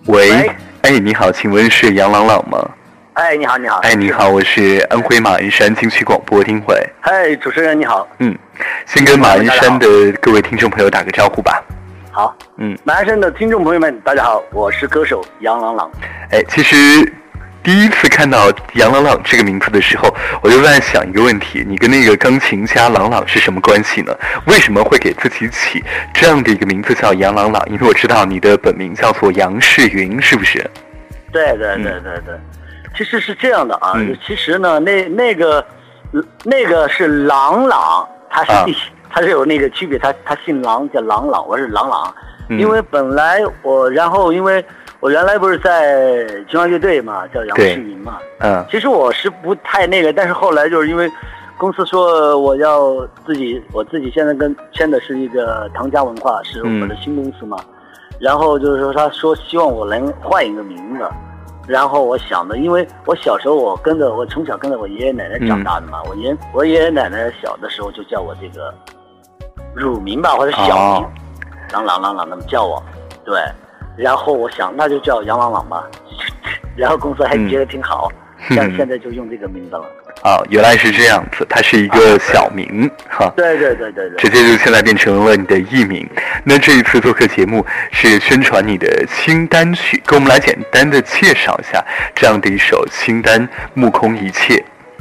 喂，哎，你好，请问是杨朗朗吗？ 哎，你好，你好。 哎，你好，我是安徽马鞍山金曲广播丁慧。 嗨，主持人你好。 先跟马鞍山的各位听众朋友打个招呼吧。 好。马鞍山的听众朋友们，大家好，我是歌手杨朗朗。 哎，其实第一次看到杨朗朗这个名字的时候，我就在想一个问题：你跟那个钢琴家郎朗是什么关系呢？为什么会给自己起这样的一个名字叫杨朗朗？因为我知道你的本名叫做杨世云，是不是？ 对。其实是这样的啊，其实呢，那个是郎朗，他是有那个区别，他姓郎叫郎朗，我是郎朗。因为本来因为我原来不是在青蛙乐队嘛，叫杨世云嘛。其实我是不太那个，但是后来就是因为公司说我自己现在签的是一个唐家文化，是我的新公司嘛。然后就是说他说希望我能换一个名字。然后我想的，因为我小时候我从小跟着我爷爷奶奶长大的嘛，我爷爷奶奶小的时候就叫我这个乳名吧，或者小名，郎朗那么叫我，对。然后我想那就叫杨朗朗吧，然后公司还觉得挺好，现在就用这个名字了。 原来是这样子，它是一个小名哈。 对， 直接就现在变成了你的艺名。那这一次做客节目是宣传你的新单曲，跟我们来简单的介绍一下这样的一首新单《目空一切》。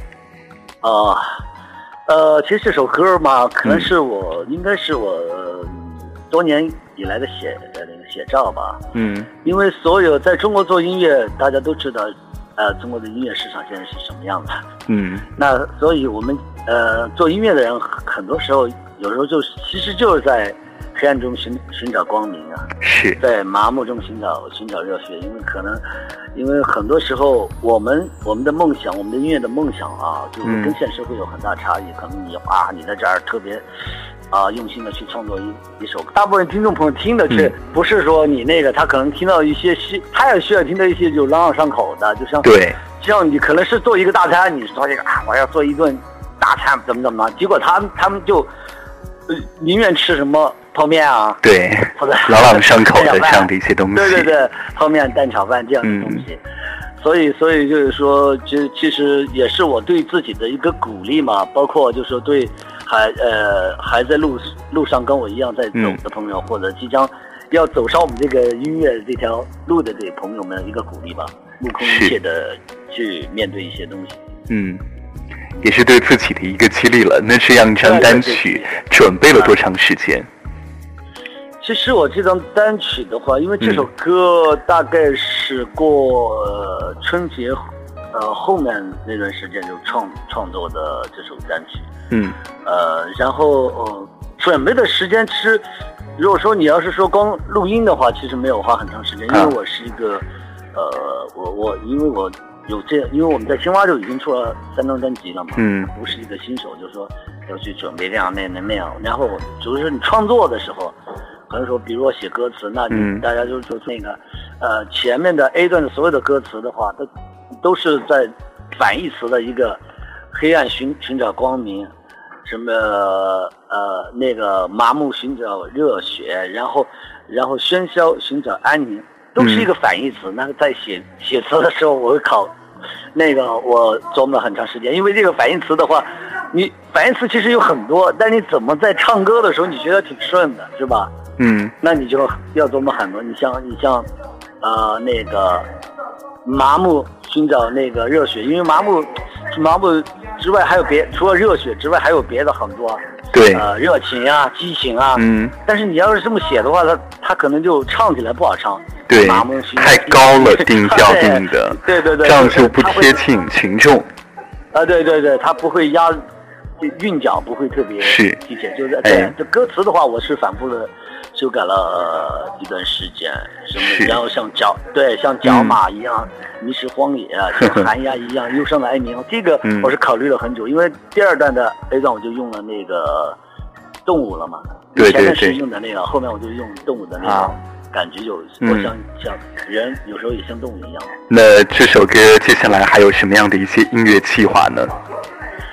其实这首歌嘛，可能是应该是我多年以来的写照吧。因为所有在中国做音乐，大家都知道。中国的音乐市场现在是什么样的？那所以我们做音乐的人，很多时候有时候其实就是在黑暗中寻找光明啊， 是在麻木中寻找热血。因为很多时候我们的梦想，我们的音乐的梦想啊，就是跟现实会有很大差异。可能你在这儿特别用心的去创作一首，大部分听众朋友听的是不是说你那个，他可能听到一些他也需要听到一些就朗朗上口的，就像你可能是做一个大餐，你说这个我要做一顿大餐怎么，结果他们就宁愿吃什么泡面啊， 对， 或者朗朗上口的这样的一些东西， 对，泡面蛋炒饭这样的东西。所以就是说，其实也是我对自己的一个鼓励嘛，包括就是说对还在路上跟我一样在走的朋友，或者即将要走上我们这个音乐这条路的这朋友们一个鼓励吧，目空一切的去面对一些东西。 也是对自己的一个激励了。那这样一张单曲准备了多长时间？ 其实我这张单曲的话，因为这首歌大概是过春节后面那段时间就创作的这首单曲。然后准备的时间，其实如果说你要是说光录音的话，其实没有花很长时间，因为我是一个因为我们在青蛙就已经出了3张专辑了嘛，不是一个新手，就是说要去准备这样那样，然后就是你创作的时候。可能说，比如我写歌词，那大家就说那个，前面的 A 段的所有的歌词的话，都是在反义词的一个黑暗寻找光明，什么那个麻木寻找热血，然后喧嚣寻找安宁，都是一个反义词。那个在写词的时候，我会我琢磨了很长时间，因为这个反义词的话，你反义词其实有很多，但你怎么在唱歌的时候你觉得挺顺的，是吧？那你就要琢磨很多。你像那个麻木寻找那个热血，因为麻木之外还有除了热血之外还有别的很多。 对， 热情啊，激情啊。但是你要是这么写的话，它可能就唱起来不好唱。 对，太高了，定调定的。 对， 这样就不贴近群众。 对，它不会韵脚不会特别提前，就是这歌词的话，我是反复的修改了一段时间，然后像角马一样迷失荒野啊，像寒鸦一样忧伤的哀鸣，这个我是考虑了很久，因为第2段的 A 段我就用了那个动物了嘛，前面是用的那个，后面我就用动物的那个感觉，我像人有时候也像动物一样。 那这首歌接下来还有什么样的一些音乐计划呢？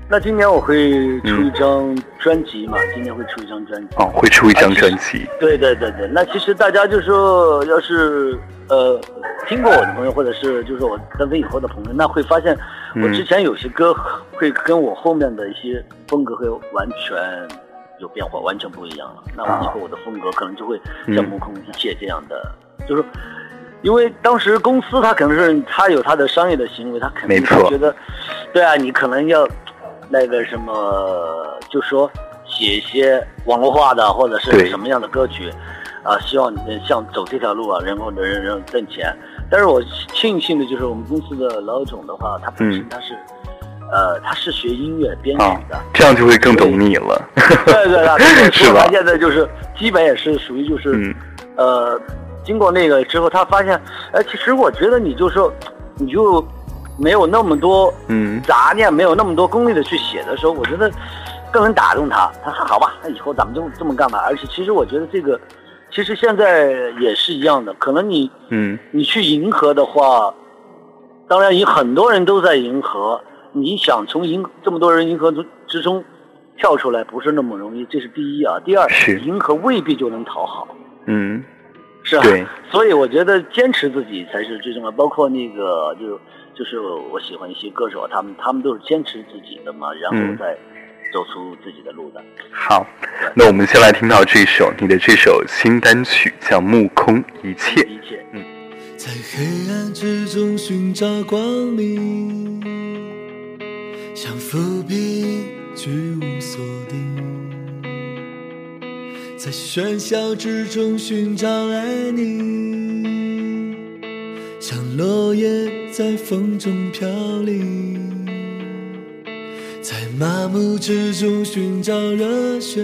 那今年我会出一张专辑嘛？今年会出一张专辑。 哦，会出一张专辑。 对。那其实大家就说，要是听过我的朋友，或者是就是我单飞以后的朋友，那会发现我之前有些歌会跟我后面的一些风格会完全有变化，完全不一样了。那我以后我的风格可能就会像目空一切这样的，就是因为当时公司它可能是它有它的商业的行为，它肯定会觉得，对啊，你可能要那个什么，就说写一些网络化的或者是什么样的歌曲，希望你像走这条路啊，然后人挣钱。但是我庆幸的就是我们公司的老总的话，他本身他是学音乐编曲的， 这样就会更懂你了。 对，是吧？他现在就是基本也是属于就是经过那个之后，他发现，其实我觉得你就没有那么多杂念，没有那么多功利的去写的时候，我觉得更能打动他。他说好吧，那以后咱们就这么干吧。而且其实我觉得这个，其实现在也是一样的。可能你去迎合的话，当然很多人都在迎合，你想从这么多人迎合之中跳出来，不是那么容易，这是第一啊。第二，迎合未必就能讨好。是啊，所以我觉得坚持自己才是最重要。包括那个就是我喜欢一些歌手，他们都是坚持自己的嘛，然后再走出自己的路的。 好，那我们先来听到你的这首新单曲叫《目空一切》。 在黑暗之中寻找光明，像浮萍居无所定，在喧嚣之中寻找爱你，像落叶在风中飘零，在麻木之中寻找热血，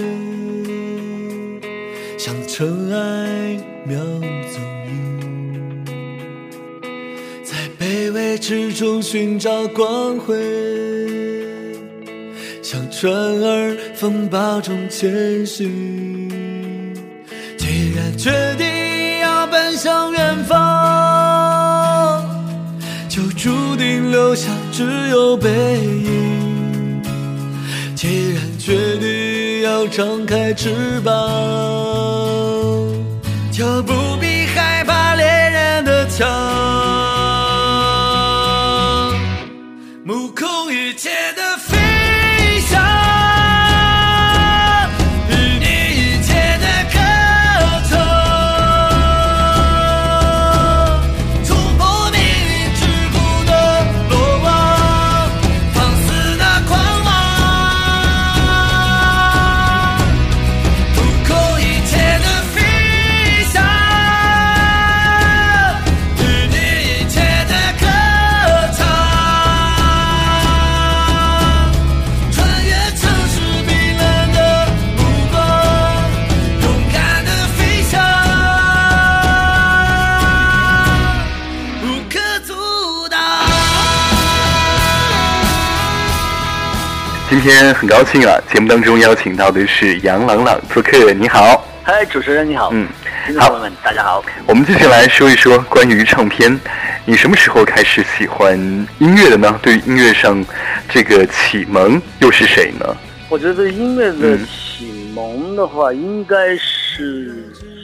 像尘埃渺踪影，在卑微之中寻找光辉，像船儿风暴中前行。既然决定要奔向远方，就注定留下只有背影。既然决定要张开翅膀，就不必害怕猎人的枪。目空一切的飞翔，与你一切的渴求，冲破命运桎梏的罗网，放肆的狂妄。目空一切的飞翔，与你一切的渴求，穿越城市冰冷的目光，勇敢的飞翔，无可阻挡。 今天很高兴啊，节目当中邀请到的是杨朗朗做客，你好。 嗨，主持人你好。听众朋友们大家好。 我们继续来说一说关于唱片，你什么时候开始喜欢音乐的呢？对于音乐上这个启蒙又是谁呢？ 我觉得音乐的启蒙的话，应该是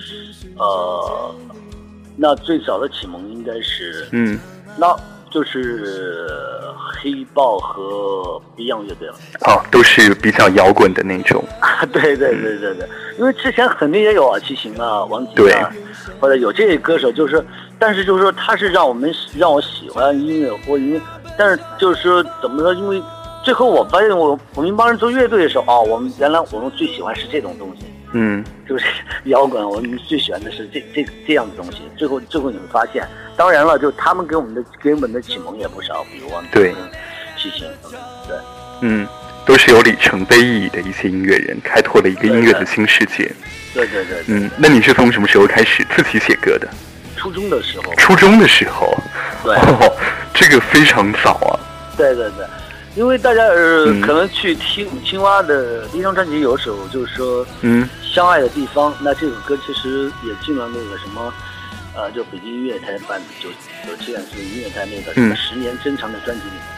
那最早的启蒙应该是那就是黑豹和 Beyond 乐队了。 都是比较摇滚的那种。 对，因为之前肯定也有齐秦啊、王杰啊，或者有这些歌手，但是就是说他是让我喜欢音乐或音乐，但是就是说怎么说，因为最后我发现我们一帮人做乐队的时候原来我们最喜欢是这种东西，就是摇滚，我们最喜欢的是这样的东西。最后你会发现，当然了，就他们给我们的启蒙也不少，比如王杰、齐秦，对， 都是有里程碑意义的一些音乐人，开拓了一个音乐的新世界。 对。 那你是从什么时候开始自己写歌的？ 初中的时候。 对。 这个非常早啊。 对。因为大家可能去听青蛙的第一张专辑，有首就是说相爱的地方，那这首歌其实也进了那个什么就北京音乐台办97年是音乐台那个10年珍藏的专辑里面，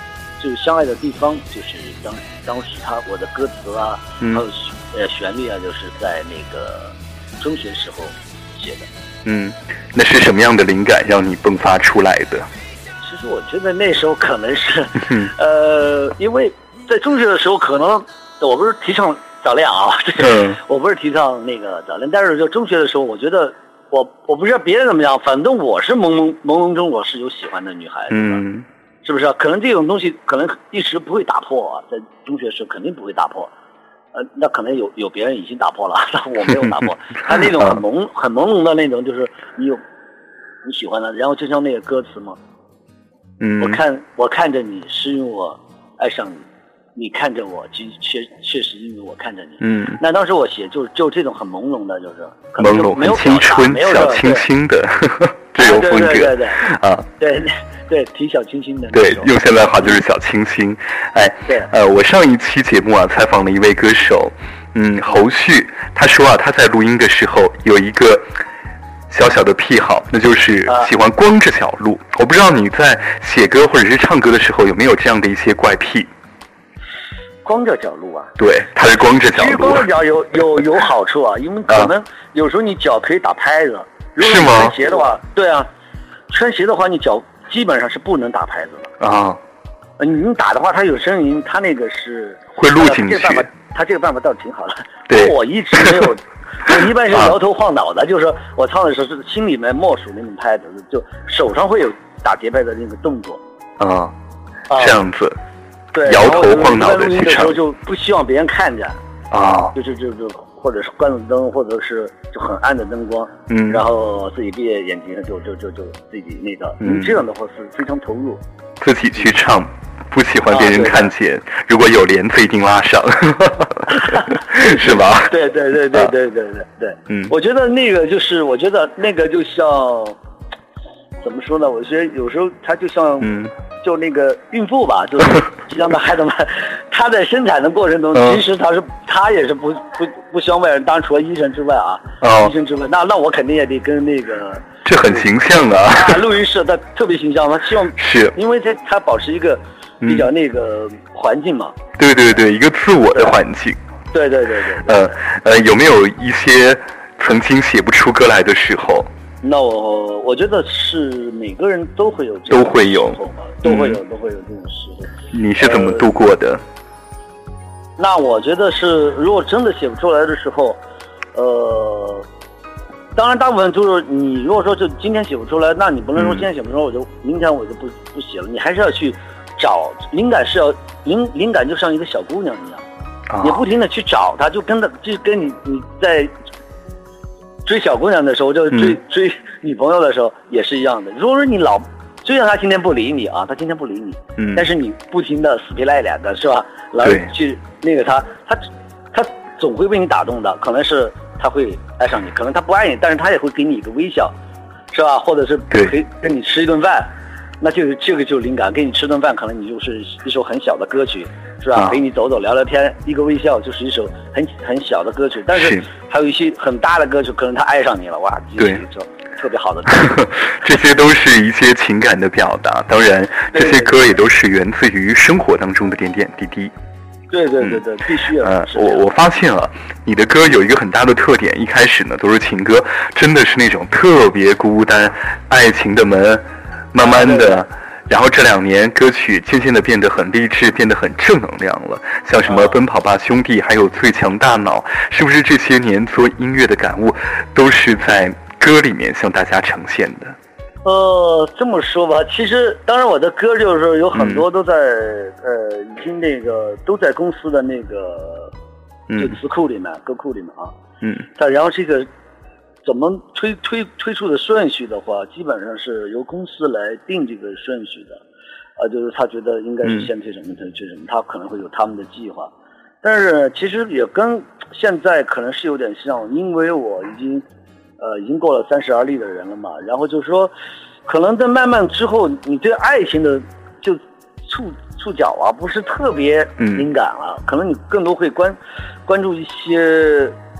就是相爱的地方，就是当时我的歌词啊，还有旋律啊，就是在那个中学时候写的。 那是什么样的灵感让你迸发出来的？ 其实我觉得那时候可能是，因为在中学的时候，可能我不是提倡早恋啊，我不是提倡那个早恋，但是就中学的时候，我觉得我不知道别人怎么样，反正我是朦胧中我是有喜欢的女孩子的，是不是？可能这种东西可能一时不会打破啊，在中学时肯定不会打破。那可能有别人已经打破了，但我没有打破。他那种很朦胧的那种，就是你喜欢的，然后就像那个歌词嘛，我看着你，是因为我爱上你，你看着我，其实确实因为我看着你。那当时我写就这种很朦胧的，就是朦胧、很青春、小清新的这种风格。 对，挺小清新的。 对，用现在话就是小清新。我上一期节目采访了一位歌手，侯旭，他说他在录音的时候有一个小小的癖好，那就是喜欢光着脚录。我不知道你在写歌或者是唱歌的时候有没有这样的一些怪癖？ 光着脚录啊？ 对，他是光着脚录。 其实光着脚有好处啊，因为可能有时候你脚可以打拍子。 是吗？ 穿鞋的话，对啊，穿鞋的话你脚基本上是不能打拍子的啊。你打的话，它有声音，它那个是会录进去。 他这个办法倒挺好的。 对， 我一直没有，我一般是摇头晃脑的，就是我唱的时候是心里面默数那种拍子，就手上会有打节拍的那个动作。 这样子。 对， 摇头晃脑的去唱。录音的时候就不希望别人看见就或者是关了灯，或者是就很暗的灯光，然后自己闭着眼睛就自己那个，这样的话是非常投入， 自己去唱，不喜欢别人看见，如果有帘子一定拉上，是吧？ 对，我觉得那个就像怎么说呢？我觉得有时候它就像就那个孕妇吧，就是让她孩子们，她在生产的过程中，其实她也是不希望外人，当然除了医生之外医生之外，那我肯定也得跟那个， 这很形象啊。 录音室他特别形象，他希望是， 因为他保持一个比较那个环境嘛。 对，一个自我的环境。 对。 有没有一些曾经写不出歌来的时候？ 那我觉得是每个人都会有这种时候吧，都会有这种时候。 你是怎么度过的？ 那我觉得是，如果真的写不出来的时候，当然大部分就是你如果说就今天写不出来，那你不能说今天写不出来，我就明天我就不写了，你还是要去找灵感，灵感就像一个小姑娘一样，你不停的去找她，就跟你在追小姑娘的时候，就追女朋友的时候也是一样的。如果说你老追上她，今天不理你她今天不理你，但是你不停的死皮赖脸的是吧？老去那个她总会被你打动的，可能是她会爱上你，可能她不爱你，但是她也会给你一个微笑，是吧？或者是可以跟你吃一顿饭，那这个就是灵感。跟你吃顿饭，可能你就是一首很小的歌曲，是吧？陪你走走聊聊天，一个微笑就是一首很小的歌曲。但是还有一些很大的歌曲，可能他爱上你了，哇，对，特别好的歌曲。 这些都是一些情感的表达，当然这些歌也都是源自于生活当中的点点滴滴。 对，必须啊！ 我发现了你的歌有一个很大的特点，一开始呢都是情歌，真的是那种特别孤单，爱情的门，慢慢的。然后这2年歌曲渐渐的变得很励志，变得很正能量了，像什么奔跑吧兄弟，还有最强大脑，是不是这些年做音乐的感悟都是在歌里面向大家呈现的？ 这么说吧，其实当然我的歌就是有很多都在已经那个都在公司的那个就词库里面歌库里面然后这个怎么推出的顺序的话，基本上是由公司来定这个顺序的，就是他觉得应该是先推什么推什么，他可能会有他们的计划，但是其实也跟现在可能是有点像，因为我已经过了30而立的人了嘛，然后就是说，可能在慢慢之后，你对爱情的就触角不是特别敏感了，可能你更多会关注一些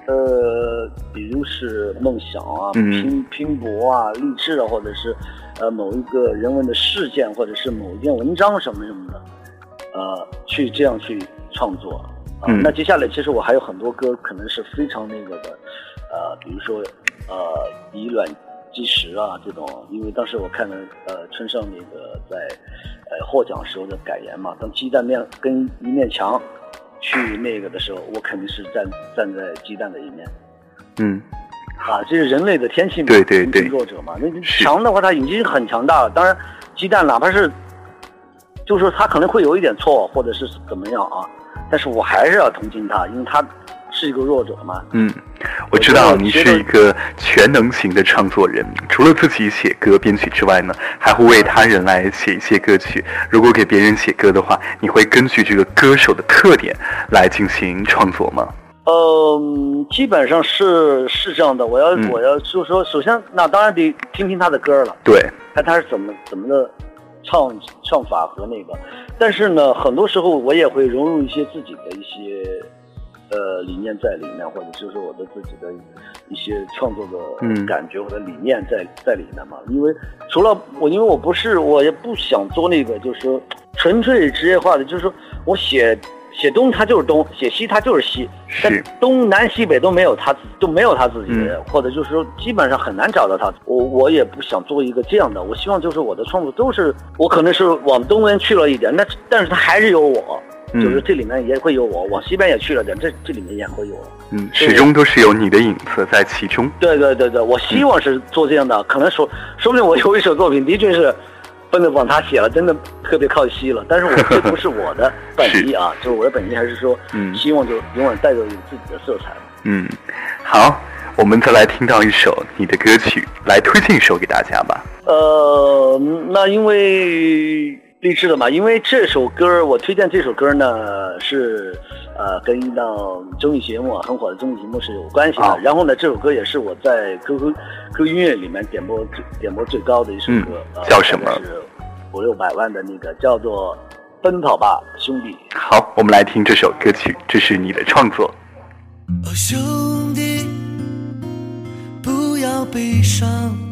比如是梦想啊、拼搏啊、励志啊，或者是某一个人文的事件，或者是某一篇文章什么的，去这样去创作。那接下来其实我还有很多歌可能是非常那个的，比如说以卵击石啊这种，因为当时我看了村上那个在获奖时候的感言嘛，当鸡蛋面跟一面墙去那个的时候，我肯定是站在鸡蛋的一面。这是人类的天性嘛， 对， 弱者嘛。那强的话，它已经很强大了。当然，鸡蛋哪怕是，就是说他可能会有一点错，或者是怎么样啊，但是我还是要同情他，因为他是一个弱者嘛。 我知道你是一个全能型的创作人，除了自己写歌编曲之外呢，还会为他人来写一些歌曲。如果给别人写歌的话，你会根据这个歌手的特点来进行创作吗？ 基本上是这样的。我要就是说，首先那当然得听他的歌了， 对， 看他是怎么的唱法和那个。但是呢，很多时候我也会融入一些自己的一些理念在里面，或者就是我的自己的一些创作的感觉或者理念在里面嘛。因为除了我，因为我也不想做那个就是说纯粹职业化的，就是说我写东他就是东，写西他就是西，但东南西北都没有他自己的，或者就是说基本上很难找到他。我也不想做一个这样的，我希望就是我的创作都是我可能是往东边去了一点，但是他还是有我，就是这里面也会有我，往西边也去了点，这里面也会有我， 始终都是有你的影子在其中。 对，我希望是做这样的，可能说不定我有一首作品的确是不能往他写了，真的特别靠西了。但是这不是我的本意啊，就是我的本意还是说，希望就永远带着有自己的色彩。 好，我们再来听到一首你的歌曲，来推荐一首给大家吧。 那因为励志的嘛，因为这首歌我推荐这首歌呢是跟一档综艺节目很火的综艺节目是有关系的。然后呢，这首歌也是我在 QQ 音乐里面点播最高的一首歌， 叫什么？ 是500-600万的那个，叫做《奔跑吧兄弟》。 好，我们来听这首歌曲，这是你的创作。 兄弟，不要悲伤，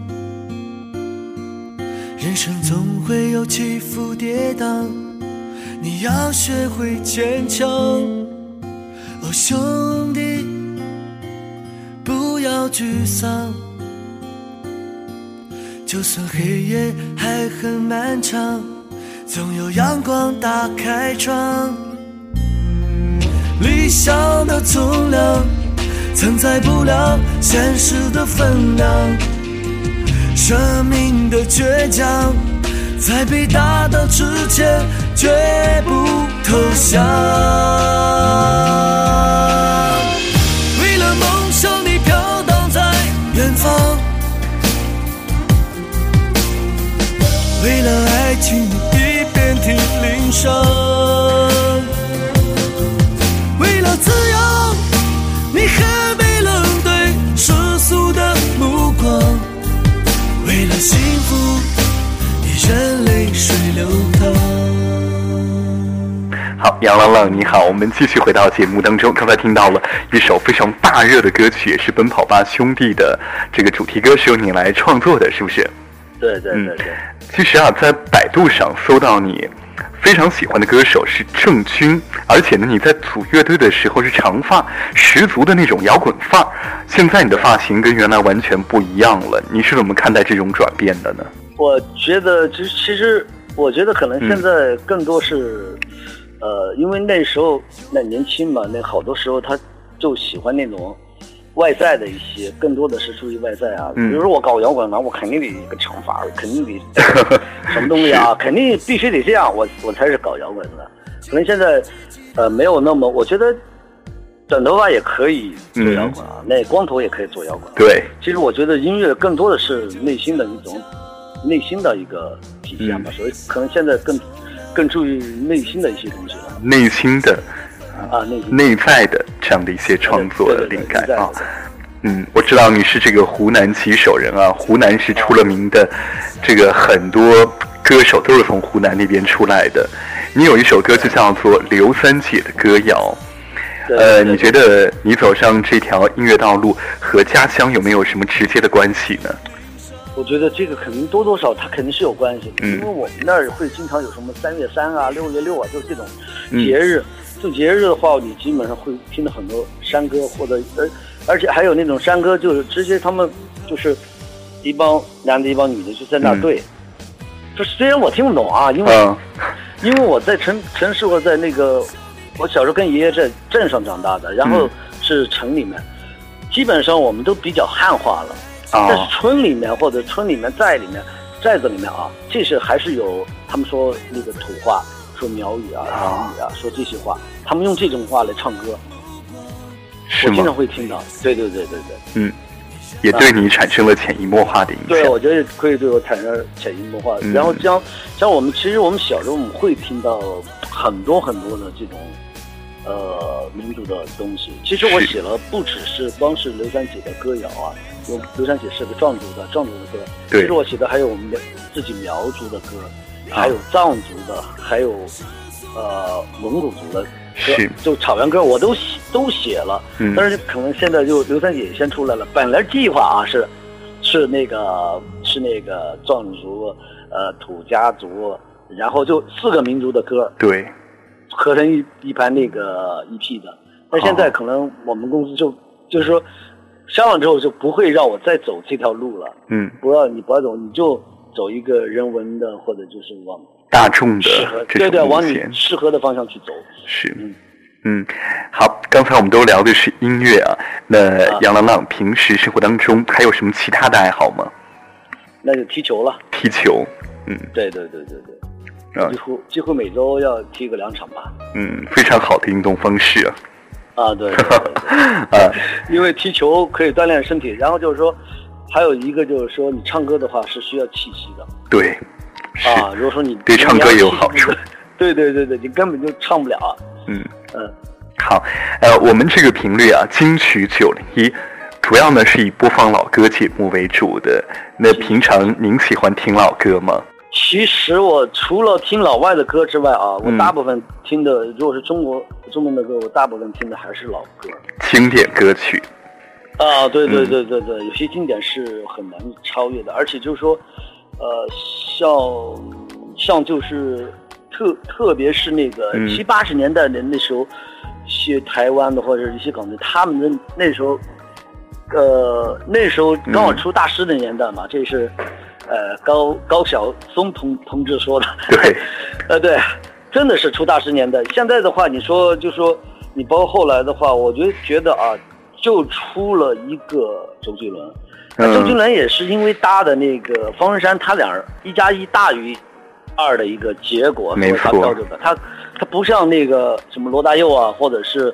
人生总会有起伏跌宕，你要学会坚强。兄弟，不要沮丧，就算黑夜还很漫长，总有阳光打开窗。理想的重量承载不了现实的分量，生命的倔强在被打倒之前绝不投降。为了梦想你飘荡在远方，为了爱情你遍体鳞伤，为了自由你还没冷对世俗的目光，为了幸福你任泪水流淌。 好，杨朗朗你好，我们继续回到节目当中。刚才听到了一首非常大热的歌曲，也是奔跑吧兄弟的这个主题歌，是由你来创作的，是不是？ 对。 其实啊，在百度上搜到你非常喜欢的歌手是郑钧，而且呢，你在组乐队的时候是长发，十足的那种摇滚范儿。现在你的发型跟原来完全不一样了，你是怎么看待这种转变的呢？ 我觉得其实我觉得可能现在更多是，因为那时候那年轻嘛，那好多时候他就喜欢那种外在的一些，更多的是出于外在啊。比如说我搞摇滚嘛，我肯定得一个长发，肯定得什么东西啊，肯定必须得这样，我才是搞摇滚的。可能现在没有那么，我觉得短头发也可以做摇滚啊，那光头也可以做摇滚。 对， 其实我觉得音乐更多的是内心的一个体现吧，所以可能现在更注意内心的一些东西了。 内心的内在的这样的一些创作的灵感啊。我知道你是这个湖南旗手人啊，湖南是出了名的，这个很多歌手都是从湖南那边出来的。你有一首歌就叫做《刘三姐的歌谣》， 你觉得你走上这条音乐道路和家乡有没有什么直接的关系呢？ 我觉得这个肯定多多少它肯定是有关系的，因为我们那儿会经常有什么3月3啊、6月6啊，就是这种节日。就节日的话，你基本上会听到很多山歌，或者而且还有那种山歌，就是直接他们就是一帮男的一帮女的就在那对。就虽然我听不懂啊，因为我在城市或在那个，我小时候跟爷爷在镇上长大的，然后是城里面，基本上我们都比较汉化了。但是村里面或者村里面寨子里面啊，这是还是有他们说那个土话，说苗语啊、洋语啊，说这些话，他们用这种话来唱歌，我经常会听到。对。 也对你产生了潜移默化的影响。 对，我觉得可以对我产生潜移默化。然后像我们，其实我们小时候我们会听到很多很多的这种民族的东西。其实我写了不只是光是刘三姐的歌谣啊，刘三姐是个壮族的歌。其实我写的还有我们自己苗族的歌，还有藏族的，还有蒙古族的歌，就草原歌我都写了。但是可能现在就刘三姐先出来了。本来计划啊是那个壮族、土家族，然后就4个民族的歌，对，合成一盘那个EP的。但现在可能我们公司就是说商量之后就不会让我再走这条路了。不要走，你就走一个人文的，或者就是往大众的这种往你适合的方向去走。 是。好，刚才我们都聊的是音乐啊，那杨朗朗平时生活当中还有什么其他的爱好吗？ 那就踢球了。踢球，对，几乎每周要踢个2场吧。 非常好的运动方式啊。 对，因为踢球可以锻炼身体，然后就是说，还有一个就是说，你唱歌的话是需要气息的。 对， 如果说你对唱歌也有好处。 对，你根本就唱不了。 好，我们这个频率啊，金曲901，主要呢是以播放老歌节目为主的。那平常您喜欢听老歌吗？ 其实我除了听老外的歌之外啊，我大部分听的，如果是中文的歌，我大部分听的还是老歌， 经典歌曲。 对，有些经典是很难超越的，而且就是说，像就是特别是那个70、80年代的那时候，一些台湾的或者一些港台，他们的那时候刚好出大师的年代嘛，这是高晓松同志说的。对，对，真的是出大师年代。现在的话，你说就说你包括后来的话，我觉得啊，就出了一个周杰伦。周杰伦也是因为搭的那个方文山，他俩1+1大于2的一个结果， 没错。 他不像那个什么罗大佑啊，或者是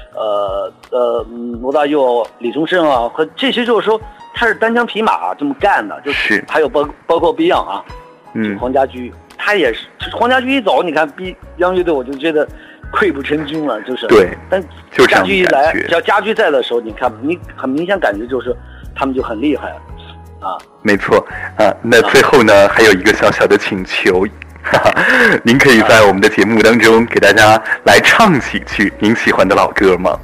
罗大佑、李宗盛啊，和这些就是说他是单枪匹马这么干的，就是还有包括 Beyond 啊，黄家驹，他也是黄家驹一走，你看 Beyond 乐队我就觉得溃不成军了，就是对。 但家驹一来，只要家驹在的时候，你看你很明显感觉就是他们就很厉害啊。 没错那最后呢，还有一个小小的请求。您可以在我们的节目当中给大家来唱几句您喜欢的老歌吗？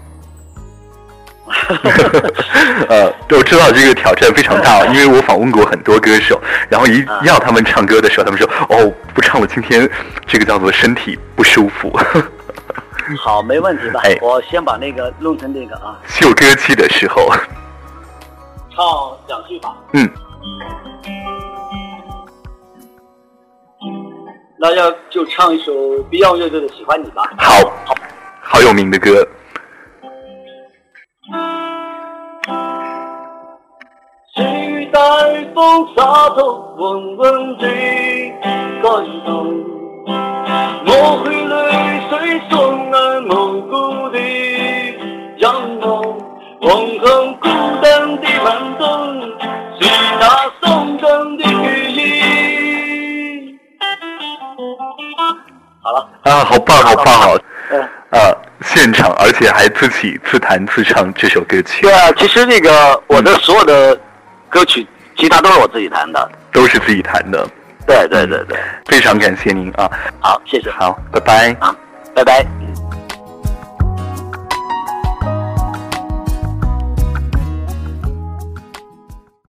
我知道这个挑战非常大，因为我访问过很多歌手，然后一要他们唱歌的时候，他们说不唱了，今天这个叫做身体不舒服。 好，没问题吧？我先把那个弄成那个啊， 秀歌期的时候唱2句吧。那要就唱一首 Beyond 乐队的《喜欢你》吧。 好有名的歌。 细雨带风洒透温温的感动，抹去泪水送来蒙古的阳光，永恒孤单的寒冬，是那松动的羽翼。好了好棒现场，而且还自己自弹自唱这首歌曲。 对啊，其实那个我的所有的歌曲吉他都是我自己弹的。 都是自己弹的。 对， 非常感谢您啊。 好，谢谢。 好，拜拜。 拜拜。